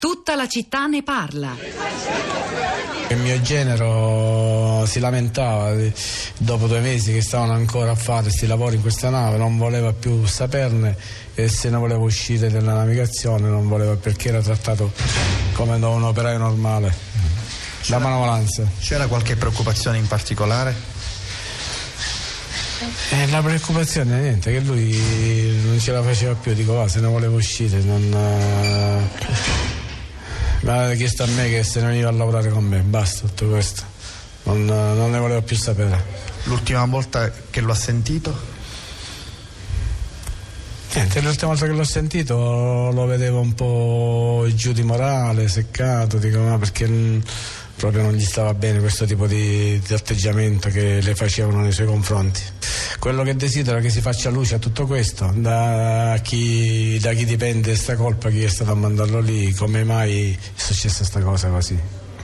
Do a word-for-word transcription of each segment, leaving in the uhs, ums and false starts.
Tutta la città ne parla. Il mio genero si lamentava dopo due mesi che stavano ancora a fare questi lavori in questa nave, non voleva più saperne e se ne voleva uscire dalla navigazione, non voleva, perché era trattato come un operaio normale da manovalanza. C'era qualche preoccupazione in particolare? Eh, la preoccupazione è niente, che lui non ce la faceva più, dico va, se ne voleva uscire, non... mi aveva chiesto a me che se ne veniva a lavorare con me, basta, tutto questo, non, non ne volevo più sapere. L'ultima volta che lo ha sentito? Niente, l'ultima volta che l'ho sentito lo vedevo un po' giù di morale, seccato, dico no, perché n- proprio non gli stava bene questo tipo di, di atteggiamento che le facevano nei suoi confronti. Quello che desidero è che si faccia luce a tutto questo, da chi, da chi dipende sta colpa, chi è stato a mandarlo lì, come mai è successa sta cosa così.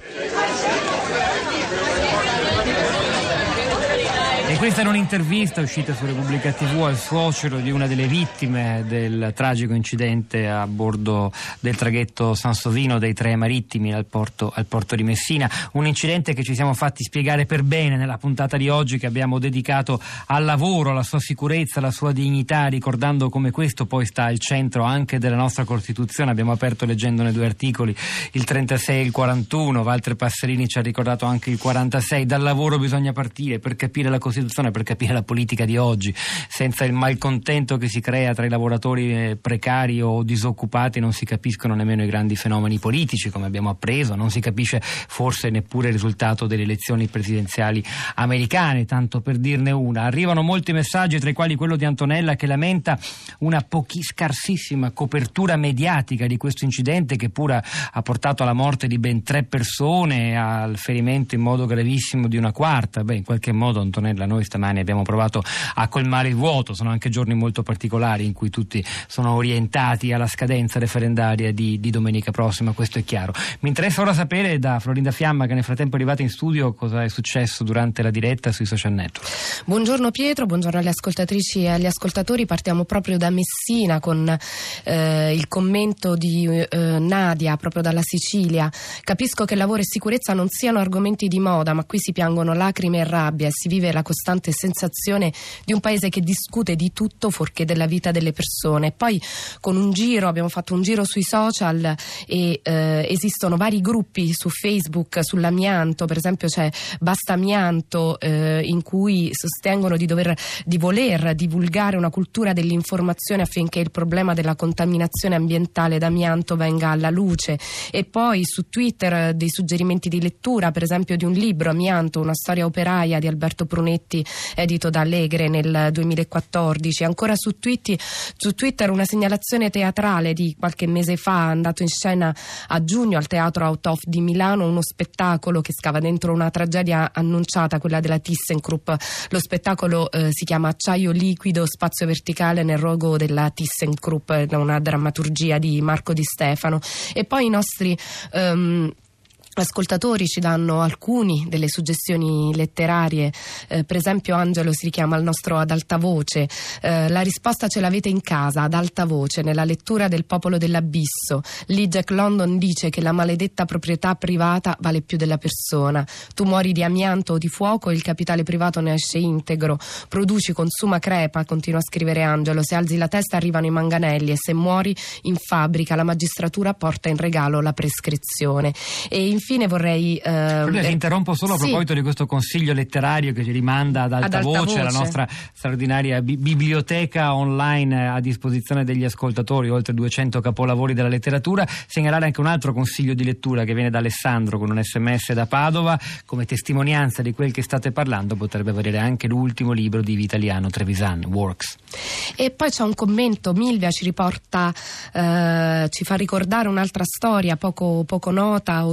E questa è un'intervista uscita su Repubblica tivù al suocero di una delle vittime del tragico incidente a bordo del traghetto Sansovino dei Tre Marittimi al porto, al porto di Messina. Un incidente che ci siamo fatti spiegare per bene nella puntata di oggi, che abbiamo dedicato al lavoro, alla sua sicurezza, alla sua dignità, ricordando come questo poi sta al centro anche della nostra Costituzione. Abbiamo aperto leggendone due articoli, il trentasei e il quarantuno. Walter Passerini ci ha ricordato anche il quarantasei. Dal lavoro bisogna partire per capire la Costituzione, per capire la politica di oggi. Senza il malcontento che si crea tra i lavoratori precari o disoccupati non si capiscono nemmeno i grandi fenomeni politici, come abbiamo appreso. Non si capisce forse neppure il risultato delle elezioni presidenziali americane, tanto per dirne una. Arrivano molti messaggi, tra i quali quello di Antonella, che lamenta una pochi, scarsissima copertura mediatica di questo incidente, che pure ha portato alla morte di ben tre persone e al ferimento in modo gravissimo di una quarta. Beh, in qualche modo, Antonella, noi stamani abbiamo provato a colmare il vuoto. Sono anche giorni molto particolari in cui tutti sono orientati alla scadenza referendaria di, di domenica prossima, questo è chiaro. Mi interessa ora sapere da Florinda Fiamma, che nel frattempo è arrivata in studio, cosa è successo durante la diretta sui social network. Buongiorno Pietro, buongiorno alle ascoltatrici e agli ascoltatori. Partiamo proprio da Messina con eh, il commento di eh, Nadia, proprio dalla Sicilia. Capisco che lavoro e sicurezza non siano argomenti di moda, ma qui si piangono lacrime e rabbia e si vive la costante sensazione di un paese che discute di tutto fuorché della vita delle persone. Poi con un giro, abbiamo fatto un giro sui social e eh, esistono vari gruppi su Facebook sull'amianto, per esempio c'è Basta Amianto, eh, in cui sostengono di dover di voler divulgare una cultura dell'informazione affinché il problema della contaminazione ambientale d'amianto venga alla luce. E poi su Twitter eh, dei suggerimenti di lettura, per esempio di un libro, Amianto, una storia operaia di Alberto Prunetti, edito da Allegre nel duemilaquattordici. Ancora su Twitter, su Twitter una segnalazione teatrale di qualche mese fa, andato in scena a giugno al Teatro Out of di Milano, uno spettacolo che scava dentro una tragedia annunciata, quella della ThyssenKrupp. Lo spettacolo eh, si chiama Acciaio liquido, spazio verticale nel rogo della ThyssenKrupp, una drammaturgia di Marco Di Stefano. E poi i nostri um, ascoltatori ci danno alcuni delle suggestioni letterarie, eh, per esempio Angelo si richiama al nostro Ad alta voce, eh, la risposta ce l'avete in casa, ad alta voce, nella lettura del Popolo dell'Abisso. Lì Jack London dice che la maledetta proprietà privata vale più della persona. Tu muori di amianto o di fuoco, il capitale privato ne esce integro. Produci, consuma, crepa, continua a scrivere Angelo. Se alzi la testa arrivano i manganelli e se muori in fabbrica la magistratura porta in regalo la prescrizione. E infine vorrei eh, ti interrompo solo a proposito sì. di questo consiglio letterario che ci rimanda ad alta, ad alta voce, voce, la nostra straordinaria bi- biblioteca online a disposizione degli ascoltatori, oltre duecento capolavori della letteratura. Segnalare anche un altro consiglio di lettura che viene da Alessandro con un sms da Padova. Come testimonianza di quel che state parlando potrebbe valere anche l'ultimo libro di Vitaliano Trevisan, Works. E poi c'è un commento, Milvia ci riporta, eh, ci fa ricordare un'altra storia poco, poco nota o di cui non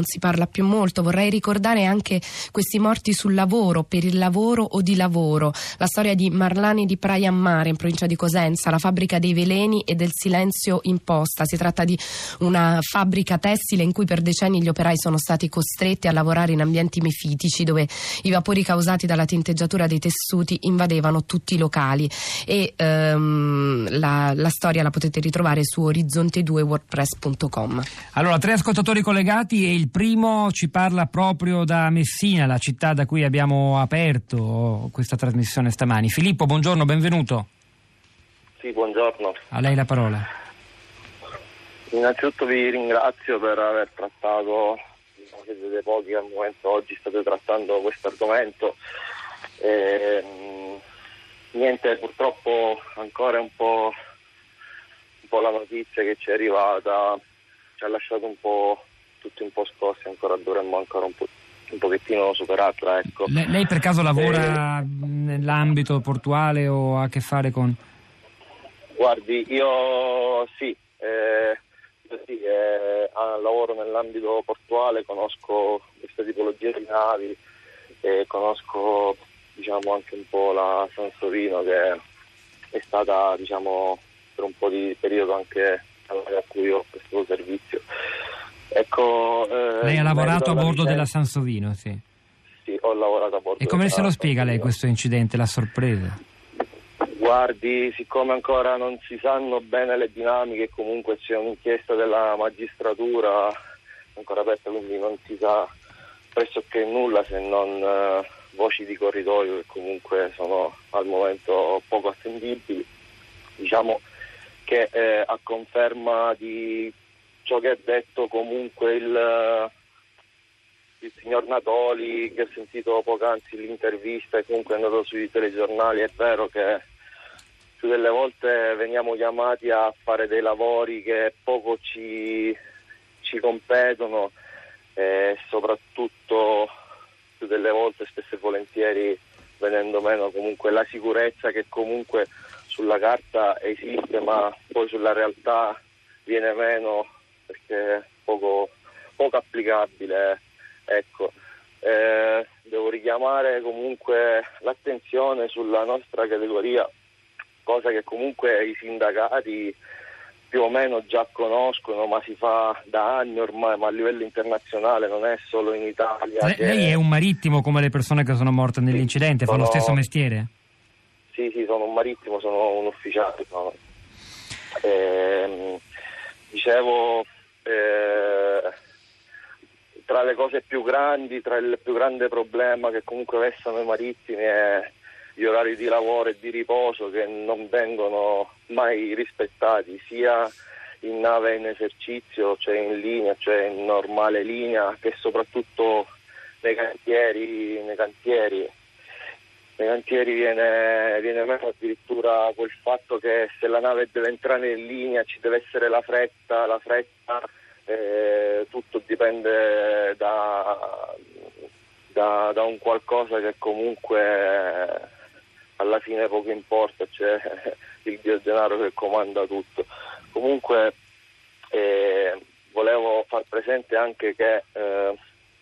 non si parla più molto. Vorrei ricordare anche questi morti sul lavoro, per il lavoro o di lavoro, la storia di Marlani di Praia a Mare in provincia di Cosenza, la fabbrica dei veleni e del silenzio imposta. Si tratta di una fabbrica tessile in cui per decenni gli operai sono stati costretti a lavorare in ambienti mefitici, dove i vapori causati dalla tinteggiatura dei tessuti invadevano tutti i locali, e ehm, la, la storia la potete ritrovare su orizzonte due wordpress punto com. Allora, tre ascoltatori collegati, e il primo ci parla proprio da Messina, la città da cui abbiamo aperto questa trasmissione stamani. Filippo, buongiorno, benvenuto. Sì, buongiorno. A lei la parola. Innanzitutto vi ringrazio per aver trattato, siete dei pochi che al momento oggi state trattando questo argomento. E, niente, purtroppo ancora un po', un po' la notizia che ci è arrivata ci ha lasciato un po' tutti un po' scossi, ancora dovremmo ancora un po', un pochettino superarla, ecco. Lei, lei per caso lavora e... nell'ambito portuale o ha a che fare con... Guardi, io sì, eh, io sì eh, lavoro nell'ambito portuale, conosco questa tipologia di navi e conosco, diciamo, anche un po' la Sansovino, che è stata, diciamo, per un po' di periodo anche a cui ho prestato servizio. Ecco, eh, lei ha lavorato a bordo vicenda... della Sansovino, sì. Sì, ho lavorato a bordo. E come della se lo spiega lei Sansovino. questo incidente, la sorpresa? Guardi, siccome ancora non si sanno bene le dinamiche, comunque c'è un'inchiesta della magistratura ancora aperta, quindi non si sa pressoché nulla, se non uh, voci di corridoio che comunque sono al momento poco attendibili. Diciamo che eh, a conferma di ciò che ha detto comunque il, il signor Natoli, che ho sentito poc'anzi l'intervista e comunque è andato sui telegiornali, è vero che più delle volte veniamo chiamati a fare dei lavori che poco ci, ci competono, e soprattutto più delle volte, spesso e volentieri, venendo meno comunque la sicurezza che comunque sulla carta esiste, ma poi sulla realtà viene meno perché è poco, poco applicabile, ecco. Eh, devo richiamare comunque l'attenzione sulla nostra categoria, cosa che comunque i sindacati più o meno già conoscono, ma si fa da anni ormai, ma a livello internazionale, non è solo in Italia. Lei, che... lei è un marittimo come le persone che sono morte nell'incidente, sono... fa lo stesso mestiere? Sì, sì, sono un marittimo, sono un ufficiale. Sono... Eh, dicevo, eh, tra le cose più grandi, tra il più grande problema che comunque vessano i marittimi è gli orari di lavoro e di riposo, che non vengono mai rispettati, sia in nave in esercizio, cioè in linea, cioè in normale linea, che soprattutto nei cantieri, nei cantieri. Nei cantieri viene, viene meno addirittura quel fatto che se la nave deve entrare in linea ci deve essere la fretta, la fretta, eh, tutto dipende da, da, da un qualcosa che comunque alla fine poco importa, c'è il dio denaro che comanda tutto. Comunque eh, volevo far presente anche che eh,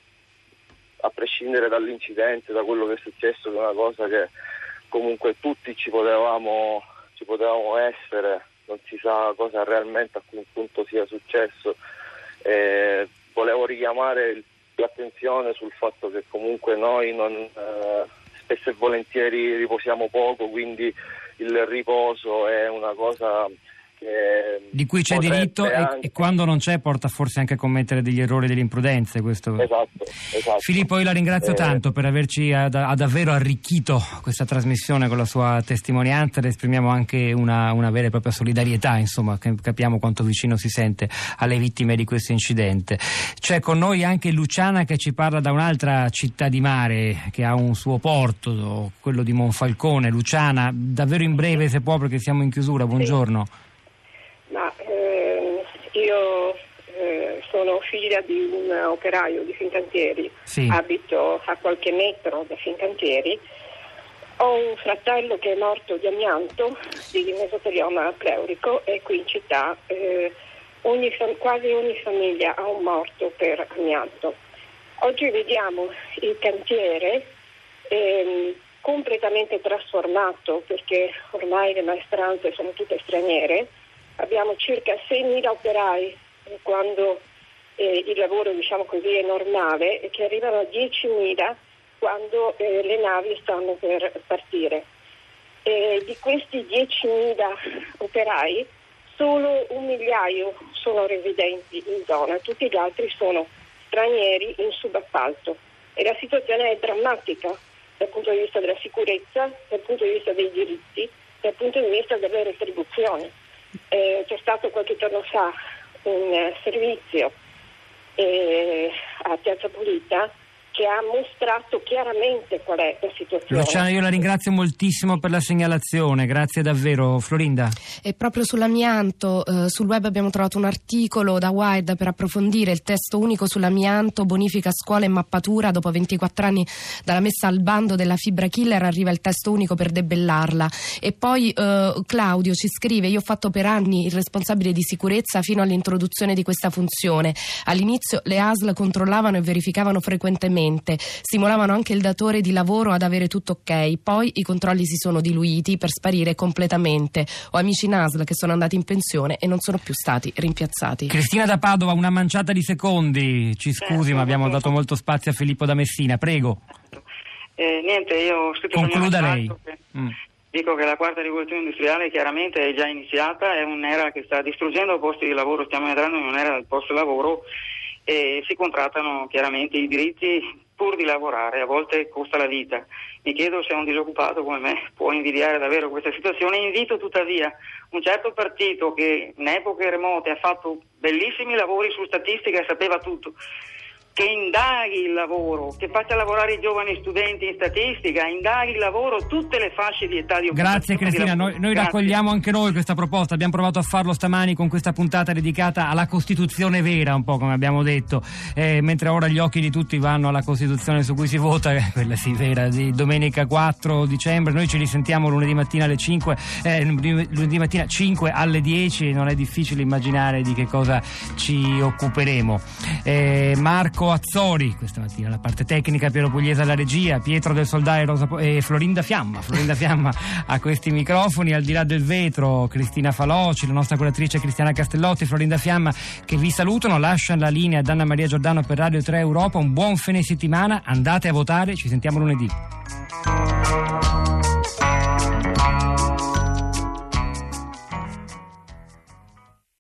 a prescindere dall'incidente, da quello che è successo, che è una cosa che comunque tutti ci potevamo, ci potevamo essere, non si sa cosa realmente a quel punto sia successo. Eh, volevo richiamare l'attenzione sul fatto che comunque noi non... Eh, spesso e volentieri riposiamo poco, quindi il riposo è una cosa che di cui c'è diritto anche... e quando non c'è porta forse anche a commettere degli errori, delle imprudenze. Questo... Esatto, esatto. Filippo, io la ringrazio eh... tanto per averci ha, ha davvero arricchito questa trasmissione con la sua testimonianza, e esprimiamo anche una, una vera e propria solidarietà, insomma, che capiamo quanto vicino si sente alle vittime di questo incidente. C'è con noi anche Luciana, che ci parla da un'altra città di mare che ha un suo porto, quello di Monfalcone. Luciana, davvero in breve se può, perché siamo in chiusura. Buongiorno. Ma eh, io eh, sono figlia di un operaio di Fincantieri, sì. Abito a qualche metro da Fincantieri, ho un fratello che è morto di amianto, di mesotelioma pleurico, e qui in città eh, ogni, quasi ogni famiglia ha un morto per amianto. Oggi vediamo il cantiere ehm, completamente trasformato, perché ormai le maestranze sono tutte straniere. Abbiamo circa seimila operai eh, quando eh, il lavoro, diciamo così, è normale, e che arrivano a diecimila quando eh, le navi stanno per partire. E di questi diecimila operai solo un migliaio sono residenti in zona, tutti gli altri sono stranieri in subappalto, e la situazione è drammatica dal punto di vista della sicurezza, dal punto di vista dei diritti, dal punto di vista delle retribuzioni. Eh, c'è stato qualche giorno fa un eh, servizio eh, a Piazza Pulita che ha mostrato chiaramente qual è la situazione. Luciana, io la ringrazio moltissimo per la segnalazione, grazie davvero. Florinda? E proprio sull'amianto, eh, sul web abbiamo trovato un articolo da Wired per approfondire il testo unico sull'amianto, bonifica scuola e mappatura. Dopo ventiquattro anni dalla messa al bando della fibra killer arriva il testo unico per debellarla. E poi eh, Claudio ci scrive: io ho fatto per anni il responsabile di sicurezza fino all'introduzione di questa funzione. All'inizio le A S L controllavano e verificavano frequentemente, stimolavano anche il datore di lavoro ad avere tutto ok, poi i controlli si sono diluiti per sparire completamente. Ho amici in A S L che sono andati in pensione e non sono più stati rimpiazzati. Cristina da Padova, una manciata di secondi, ci scusi, ma abbiamo dato molto spazio a Filippo da Messina, prego. Eh, niente, io ho scritto concluda lei. Che, mm. Dico che la quarta rivoluzione industriale chiaramente è già iniziata, è un'era che sta distruggendo posti di lavoro, stiamo entrando in un'era del posto lavoro e si contrattano chiaramente i diritti pur di lavorare, a volte costa la vita. Mi chiedo se un disoccupato come me può invidiare davvero questa situazione. Invito tuttavia un certo partito che in epoche remote ha fatto bellissimi lavori su statistica e sapeva tutto, che indaghi il lavoro, che faccia lavorare i giovani studenti in statistica, indaghi il lavoro, tutte le fasce di età di occupazione. Grazie Cristina, noi, noi raccogliamo anche noi questa proposta, abbiamo provato a farlo stamani con questa puntata dedicata alla Costituzione vera, un po' come abbiamo detto, eh, mentre ora gli occhi di tutti vanno alla Costituzione su cui si vota, quella sì vera, di domenica quattro dicembre. Noi ci risentiamo lunedì mattina alle cinque, eh, lunedì mattina cinque alle dieci, e non è difficile immaginare di che cosa ci occuperemo. Eh, Marco Azzori questa mattina la parte tecnica, Piero Pugliese alla regia, Pietro del Soldà e, Rosa po- e Florinda Fiamma Florinda Fiamma a questi microfoni, al di là del vetro Cristina Faloci, la nostra curatrice Cristiana Castellotti, Florinda Fiamma che vi salutano, lasciano la linea ad Anna Maria Giordano per Radio tre Europa. Un buon fine settimana, andate a votare, ci sentiamo lunedì.